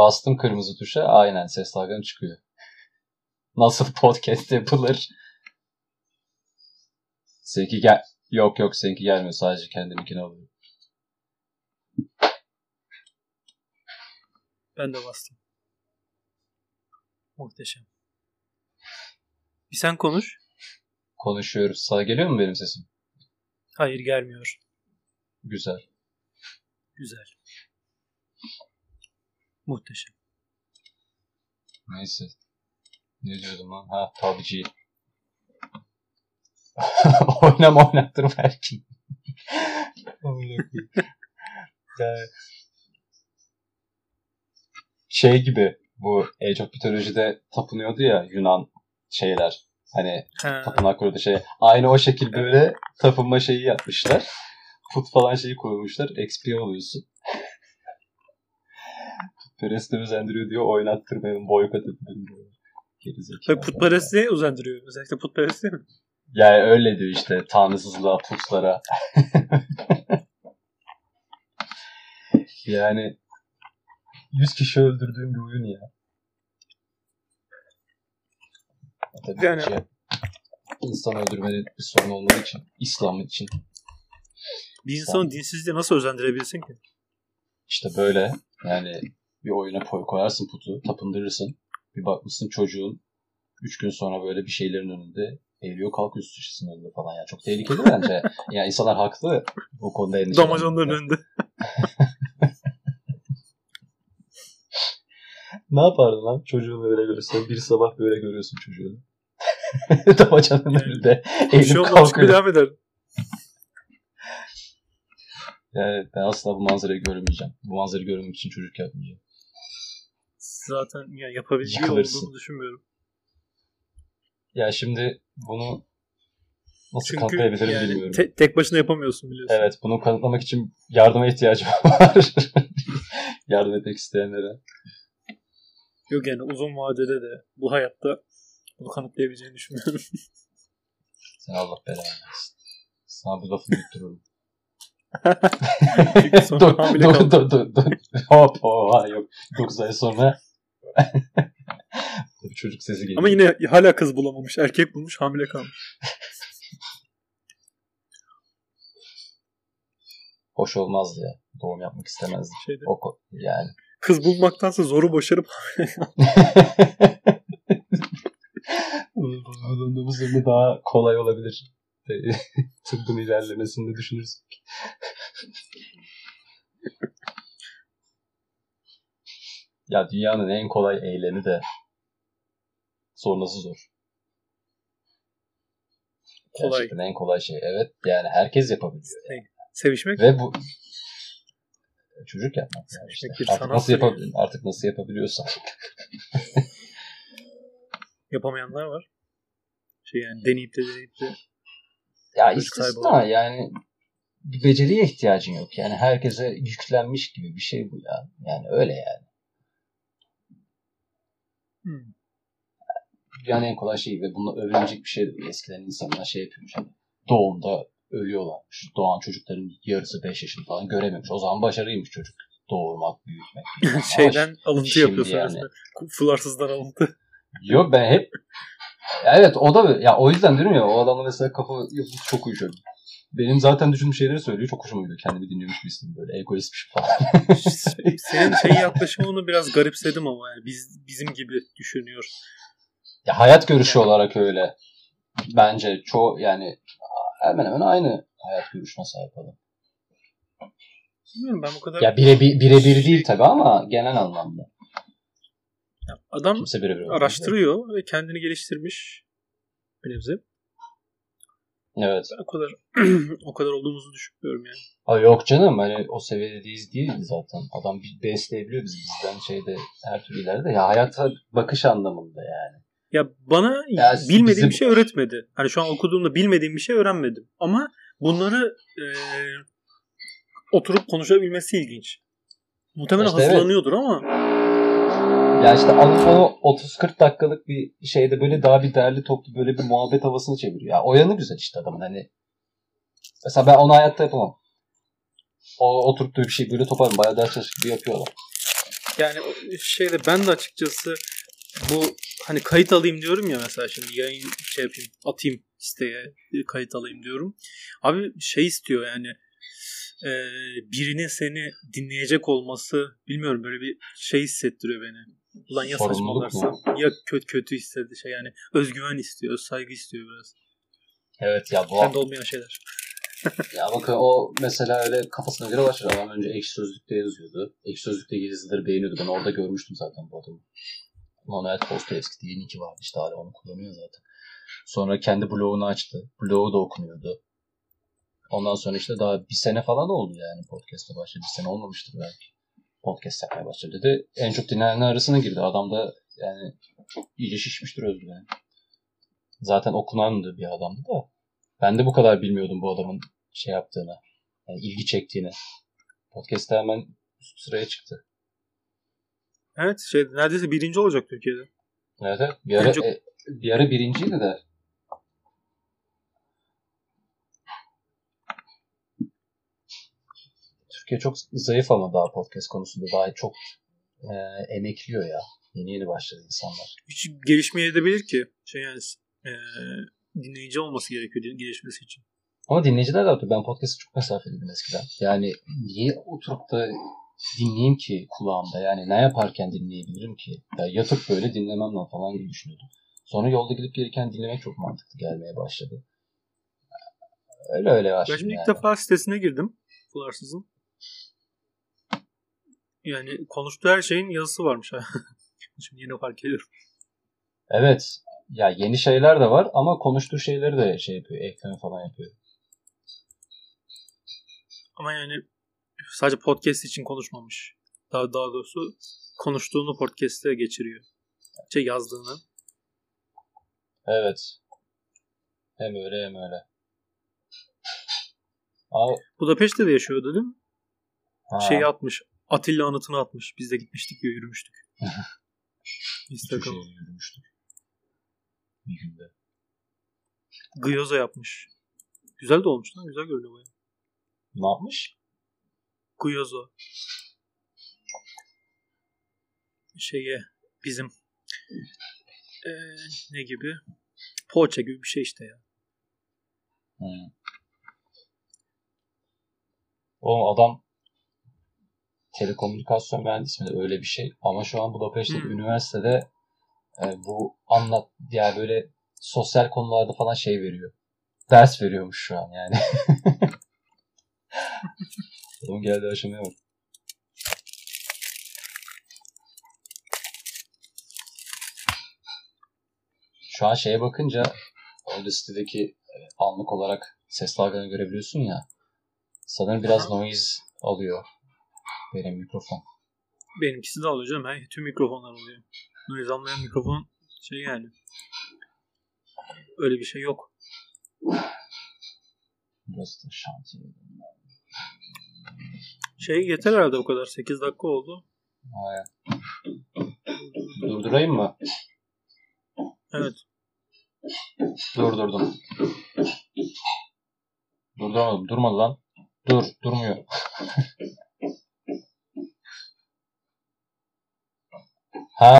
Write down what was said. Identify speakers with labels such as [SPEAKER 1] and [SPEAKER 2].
[SPEAKER 1] Bastım kırmızı tuşa. Aynen ses dalganı çıkıyor. Nasıl podcast yapılır? Seninki Yok seninki gelmiyor. Sadece kendiminkini alıyorum.
[SPEAKER 2] Ben de bastım. Muhteşem. Bir sen konuş.
[SPEAKER 1] Konuşuyoruz. Sana geliyor mu benim sesim?
[SPEAKER 2] Hayır gelmiyor.
[SPEAKER 1] Güzel.
[SPEAKER 2] Güzel. Muhteşem.
[SPEAKER 1] Neyse. Ne diyordum lan? Ha PUBG. Oynattır belki. Yani, şey gibi bu Age of Mythology'de tapınıyordu ya Yunan şeyler. Hani tapınak kurdu şey. Aynı o şekilde böyle tapınma şeyi yapmışlar. Put falan şeyi koymuşlar. XP oluyorsun. Putperest de özendiriyor diyor. Oynattırmayalım. Boykot edelim diyor.
[SPEAKER 2] Tabii putperestliğe özendiriyor. Özellikle putperest değil mi?
[SPEAKER 1] Yani öyle diyor işte. Tanrısızlığa, putlara. Yani 100 kişi öldürdüğüm bir oyun ya. Tabii
[SPEAKER 2] yani
[SPEAKER 1] insan öldürmenin bir sorun olmadığı için, İslam için.
[SPEAKER 2] Bir insanın dinsizliğe nasıl özendirebilirsin ki?
[SPEAKER 1] İşte böyle yani bir oyuna koyarsın putu, tapındırırsın. Bir bakmışsın çocuğun 3 gün sonra böyle bir şeylerin önünde eğiliyor kalkıyor su şişesinin önünde falan. Yani çok tehlikeli bence. Yani insanlar haklı bu konuda endişelenmekte.
[SPEAKER 2] Damacanların önünde.
[SPEAKER 1] Ne yapardın lan çocuğunu böyle görürsen? Bir sabah böyle görüyorsun çocuğunu. Damacanın önünde eğilip kalkıyor.
[SPEAKER 2] Devam eder.
[SPEAKER 1] Yani ben asla bu manzarayı görmeyeceğim. Bu manzarayı görmek için çocuk yapmayacağım.
[SPEAKER 2] Zaten ya yapabileceği olduğunu düşünmüyorum.
[SPEAKER 1] Ya şimdi bunu nasıl kanıtlayabilirim yani bilmiyorum.
[SPEAKER 2] Tek başına yapamıyorsun biliyorsun.
[SPEAKER 1] Evet, bunu kanıtlamak için yardıma ihtiyacım var. Yardım etmek isteyenlere.
[SPEAKER 2] Yok yani uzun vadede de bu hayatta bunu kanıtlayabileceğini düşünmüyorum.
[SPEAKER 1] Sen Allah belanı versin. Sana bu lafı yuttururum.
[SPEAKER 2] Çünkü sonra hamile kaldım.
[SPEAKER 1] Hop yok. 9 ay sonra bir çocuk sesi geliyor.
[SPEAKER 2] Ama yine hala kız bulamamış. Erkek bulmuş, hamile kalmış.
[SPEAKER 1] Hoş olmazdı ya. Doğum yapmak istemezdim. Yani.
[SPEAKER 2] Kız bulmaktansa zoru başarıp
[SPEAKER 1] bulunduğumuz daha kolay olabilir. Tıbbın ilerlemesini düşünürsek. Ya dünyanın en kolay eylemi de sonrası zor.
[SPEAKER 2] Kolay.
[SPEAKER 1] Gerçekten en kolay şey. Evet yani herkes yapabiliyor. Yani.
[SPEAKER 2] Sevişmek.
[SPEAKER 1] Ve bu çocuk yapmak yani işte. Artık nasıl yapabiliyorsan.
[SPEAKER 2] Yapamayanlar var. Yani deneyip de.
[SPEAKER 1] Ya istisna yani bir beceriye ihtiyacın yok. Yani herkese yüklenmiş gibi bir şey bu ya. Yani öyle yani. Yani en kolay şey ve bununla övünecek bir şey değil. Eskiden insanlar şey yapıyormuş. Hani doğumda ölüyorlarmış. Doğan çocukların yarısı 5 yaşını falan göremiyormuş. O zaman başarıymış çocuk. Doğurmak, büyütmek.
[SPEAKER 2] Şeyden alıntı yapıyorsun yani. Fularsızdan alıntı.
[SPEAKER 1] Yok ben hep evet o da ya o yüzden diyorum ya o adamla mesela kafa yapısı çok uyuşuyor. Benim zaten düşündüğüm şeyleri söylüyor. Çok hoşuma gidiyor. Kendimi dinliyormuş birisinin böyle egoistmiş falan.
[SPEAKER 2] Senin yaklaşımını biraz garipsedim ama yani bizim gibi düşünüyor.
[SPEAKER 1] Ya hayat görüşü olarak öyle. Bence çoğu yani hemen hemen aynı hayat görüşüne sahip adam.
[SPEAKER 2] Bilmiyorum ben bu kadar.
[SPEAKER 1] Ya birebir değil tabii ama genel anlamda.
[SPEAKER 2] Ya adam araştırıyor ve kendini geliştirmiş bir nebze.
[SPEAKER 1] Evet.
[SPEAKER 2] Ben o kadar olduğumuzu düşünmüyorum yani.
[SPEAKER 1] Ay yok canım hani o seviyede değil zaten. Adam besleyebiliyor bizden şeyde her türlü ileride. Ya hayata bakış anlamında yani.
[SPEAKER 2] Ya bana bilmediğim bir şey öğretmedi. Hani şu an okuduğumda bilmediğim bir şey öğrenmedim. Ama bunları oturup konuşabilmesi ilginç. Muhtemelen işte hazırlanıyordur evet. Ama
[SPEAKER 1] ya işte o 30-40 dakikalık bir şeyde böyle daha bir derli toplu böyle bir muhabbet havasını çeviriyor. Ya o yanı güzel işte adamın hani. Mesela ben onu hayatta yapamam. O oturttuğu bir şey böyle toparım. Bayağı ders çalışıp gibi yapıyorlar.
[SPEAKER 2] Yani ben de açıkçası bu hani kayıt alayım diyorum ya, mesela şimdi yayın yapayım, atayım siteye, kayıt alayım diyorum. Abi istiyor yani, birinin seni dinleyecek olması, bilmiyorum, böyle bir hissettiriyor beni. Ulan ya saçmalarsam ya kötü hissetti yani, özgüven istiyor, saygı istiyor biraz.
[SPEAKER 1] Evet ya, bu
[SPEAKER 2] bende olmayan şeyler.
[SPEAKER 1] Ya bakın, o mesela öyle kafasına göre başladı. Adam önce Ekşi Sözlük'te yazıyordu. Ekşi Sözlük'te yazıları beğeniyordu. Ben orada görmüştüm zaten bu adamı. Manuel Dostoyevski diye nicki vardı, işte hala onu kullanıyor zaten. Sonra kendi blogunu açtı. Blogu da okunuyordu. Ondan sonra işte daha bir sene falan oldu yani podcast'a başladı. Bir sene olmamıştır belki. Podcast yapmaya başladı dedi. En çok dinleyenler arasına girdi. Adam da yani iyice şişmiştir özgüveni. Zaten okunandı bir adamdı da. Ben de bu kadar bilmiyordum bu adamın yaptığını. Yani ilgi çektiğini. Podcast'ta hemen üst sıraya çıktı.
[SPEAKER 2] Evet, neredeyse birinci olacak Türkiye'de.
[SPEAKER 1] Evet. Bir ara birinciydi de. Türkiye çok zayıf ama daha podcast konusunda daha çok emekliyor ya. Yeni başladı insanlar.
[SPEAKER 2] Hiç gelişmeyebilir ki. Dinleyici olması gerekiyor gelişmesi için.
[SPEAKER 1] Ama dinleyiciler de artık, ben podcast'ı çok mesafeliydim eskiden. Yani niye oturup da dinleyeyim ki kulağımda? Yani ne yaparken dinleyebilirim ki? Ya yatıp böyle dinlemem lan falan gibi düşünüyordum. Sonra yolda gidip gelirken dinlemek çok mantıklı gelmeye başladı. Öyle başladı.
[SPEAKER 2] Ben şimdi ilk defa sitesine girdim. Fularsız'ın. Yani konuştuğu her şeyin yazısı varmış. Şimdi yeni fark ediyorum.
[SPEAKER 1] Evet. Ya yeni şeyler de var ama konuştuğu şeyleri de yapıyor. Ekleme falan yapıyor.
[SPEAKER 2] Ama yani sadece podcast için konuşmamış. Daha doğrusu konuştuğunu podcast'e geçiriyor. Yazdığını.
[SPEAKER 1] Evet. Hem öyle hem öyle.
[SPEAKER 2] Budapeşte de yaşıyordu değil mi? Atmış. Atilla anıtını atmış. Biz de gitmiştik ve yürümüştük.
[SPEAKER 1] Instagram'a yürümüştük. Bir günde.
[SPEAKER 2] Gyoza yapmış. Güzel de olmuş lan. Güzel görünüyor bayağı.
[SPEAKER 1] Ne yapmış?
[SPEAKER 2] Gyoza. Bizim ne gibi? Poğaça gibi bir şey işte ya.
[SPEAKER 1] O adam telekomünikasyon mühendisi mi, öyle bir şey. Ama şu an Budapeşte üniversitede bu yani böyle sosyal konularda falan veriyor. Ders veriyormuş şu an yani. Adamın geldiği aşamaya bak. Şu an bakınca orada sitedeki anlık olarak ses dalgalarını görebiliyorsun ya. Sanırım biraz noise alıyor benim mikrofon.
[SPEAKER 2] Benimkisi de alıyor canım. Tüm mikrofonlar alıyor. Noise almayan mikrofon yani. Öyle bir şey yok.
[SPEAKER 1] Burası da şantiye.
[SPEAKER 2] Yeter herhalde bu kadar. 8 dakika oldu.
[SPEAKER 1] Hayır. Durdurayım mı?
[SPEAKER 2] Evet.
[SPEAKER 1] Durdurdum. Durdurmadım. Durmadı lan. Durmuyor.